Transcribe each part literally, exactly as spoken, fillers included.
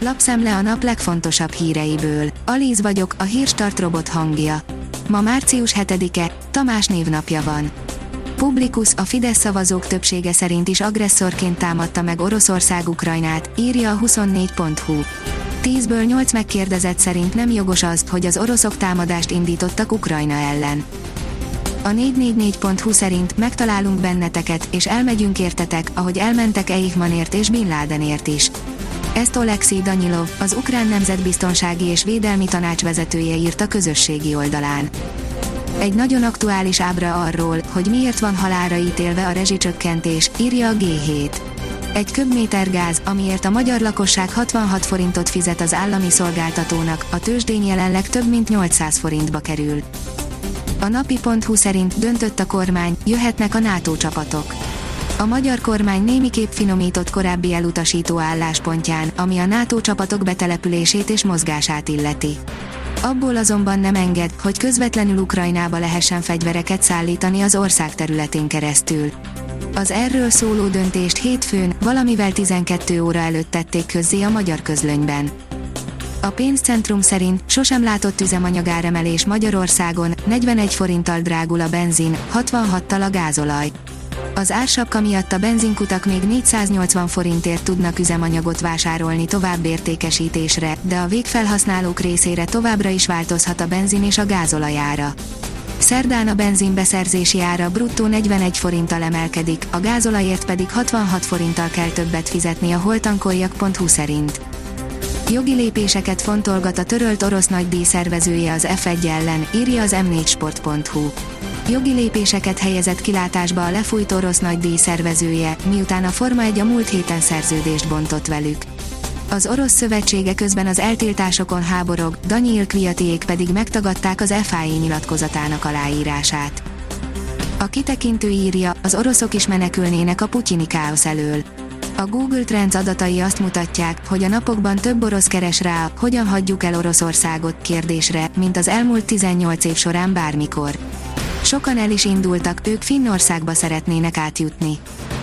Lapszemle a nap legfontosabb híreiből. Alíz vagyok, a Hírstart robot hangja. Ma március hetedike, Tamás névnapja van. Publikus, a Fidesz szavazók többsége szerint is agresszorként támadta meg Oroszország Ukrajnát, írja a huszonnégy pont hu. tízből nyolc megkérdezett szerint nem jogos az, hogy az oroszok támadást indítottak Ukrajna ellen. A négy négy négy pont hu szerint megtalálunk benneteket, és elmegyünk értetek, ahogy elmentek Eichmannért és Bin Ladenért is. Ezt Oleksij Danyilov, az ukrán nemzetbiztonsági és védelmi tanács vezetője írt a közösségi oldalán. Egy nagyon aktuális ábra arról, hogy miért van halálra ítélve a rezsicsökkentés, írja a gé hét. Egy köbméter gáz, amiért a magyar lakosság hatvanhat forintot fizet az állami szolgáltatónak, a tőzsdén jelenleg több mint nyolcszáz forintba kerül. A napi pont hu szerint döntött a kormány, jöhetnek a NATO csapatok. A magyar kormány némiképp finomított korábbi elutasító álláspontján, ami a NATO csapatok betelepülését és mozgását illeti. Abból azonban nem enged, hogy közvetlenül Ukrajnába lehessen fegyvereket szállítani az ország területén keresztül. Az erről szóló döntést hétfőn, valamivel tizenkét óra előtt tették közzé a Magyar Közlönyben. A pénzcentrum szerint sosem látott üzemanyagáremelés Magyarországon, negyvenegy forinttal drágul a benzin, hatvanhattal a gázolaj. Az ársapka miatt a benzinkutak még négyszáznyolcvan forintért tudnak üzemanyagot vásárolni továbbértékesítésre, de a végfelhasználók részére továbbra is változhat a benzin és a gázolaj ára. Szerdán a benzin beszerzési ára bruttó negyvenegy forinttal emelkedik, a gázolajért pedig hatvanhat forinttal kell többet fizetni a holtankoljak pont hu szerint. Jogi lépéseket fontolgat a törölt orosz nagydíj szervezője az ef egy ellen, írja az em négy sport pont hu. Jogi lépéseket helyezett kilátásba a lefújt orosz nagydíj szervezője, miután a Forma egy a múlt héten szerződést bontott velük. Az orosz szövetsége közben az eltiltásokon háborog, Danyil Kviatiék pedig megtagadták az ef i á nyilatkozatának aláírását. A kitekintő írja, az oroszok is menekülnének a putyini káosz elől. A Google Trends adatai azt mutatják, hogy a napokban több orosz keres rá a "hogyan hagyjuk el Oroszországot" kérdésre, mint az elmúlt tizennyolc év során bármikor. Sokan el is indultak, ők Finnországba szeretnének átjutni.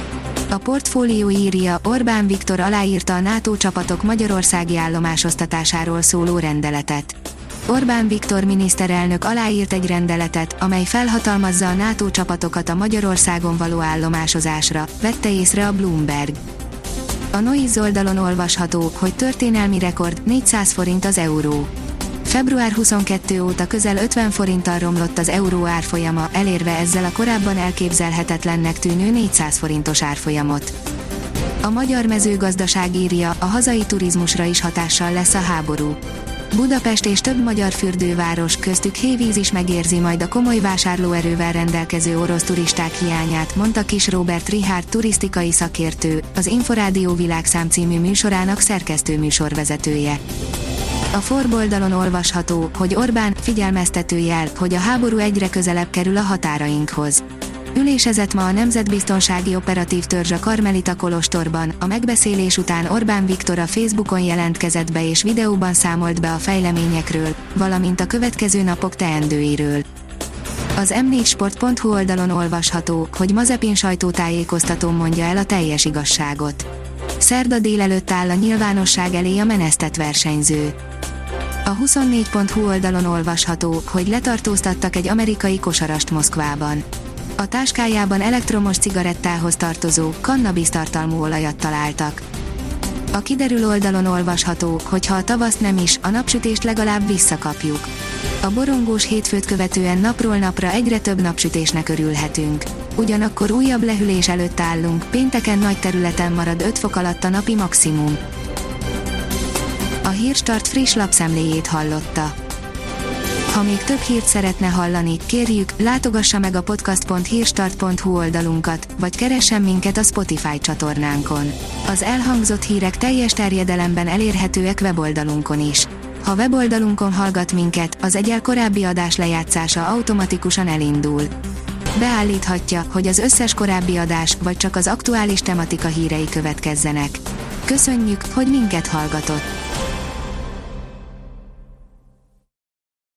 A Portfólió írja, Orbán Viktor aláírta a NATO csapatok magyarországi állomásosztatásáról szóló rendeletet. Orbán Viktor miniszterelnök aláírt egy rendeletet, amely felhatalmazza a NATO csapatokat a Magyarországon való állomásozásra, vette észre a Bloomberg. A Noiz oldalon olvasható, hogy történelmi rekord, négyszáz forint az euró. február huszonkettő óta közel ötven forinttal romlott az euró árfolyama, elérve ezzel a korábban elképzelhetetlennek tűnő négyszáz forintos árfolyamot. A magyar mezőgazdaság írja, a hazai turizmusra is hatással lesz a háború. Budapest és több magyar fürdőváros, köztük Hévíz is megérzi majd a komoly vásárlóerővel rendelkező orosz turisták hiányát, mondta Kis Róbert Richárd turisztikai szakértő, az Inforádió Világszám című műsorának szerkesztő műsorvezetője. A Forbes oldalon olvasható, hogy Orbán figyelmeztető jel, hogy a háború egyre közelebb kerül a határainkhoz. Ülésezett ma a Nemzetbiztonsági Operatív Törzs a Karmelita kolostorban, a megbeszélés után Orbán Viktor a Facebookon jelentkezett be és videóban számolt be a fejleményekről, valamint a következő napok teendőiről. Az em négy sport pont hu oldalon olvasható, hogy Mazepin sajtótájékoztatón mondja el a teljes igazságot. Szerda délelőtt áll a nyilvánosság elé a menesztett versenyző. A huszonnégy pont hu oldalon olvasható, hogy letartóztattak egy amerikai kosarast Moszkvában. A táskájában elektromos cigarettához tartozó, kannabis tartalmú olajat találtak. A kiderül oldalon olvasható, hogy ha a tavaszt nem is, a napsütést legalább visszakapjuk. A borongós hétfőt követően napról napra egyre több napsütésnek örülhetünk. Ugyanakkor újabb lehűlés előtt állunk, pénteken nagy területen marad öt fok alatt a napi maximum. A Hírstart friss lapszemléjét hallotta. Ha még több hírt szeretne hallani, kérjük, látogassa meg a podcast pont hírstart pont hu oldalunkat, vagy keressen minket a Spotify csatornánkon. Az elhangzott hírek teljes terjedelemben elérhetőek weboldalunkon is. Ha weboldalunkon hallgat minket, az egyel korábbi adás lejátszása automatikusan elindul. Beállíthatja, hogy az összes korábbi adás, vagy csak az aktuális tematika hírei következzenek. Köszönjük, hogy minket hallgatott!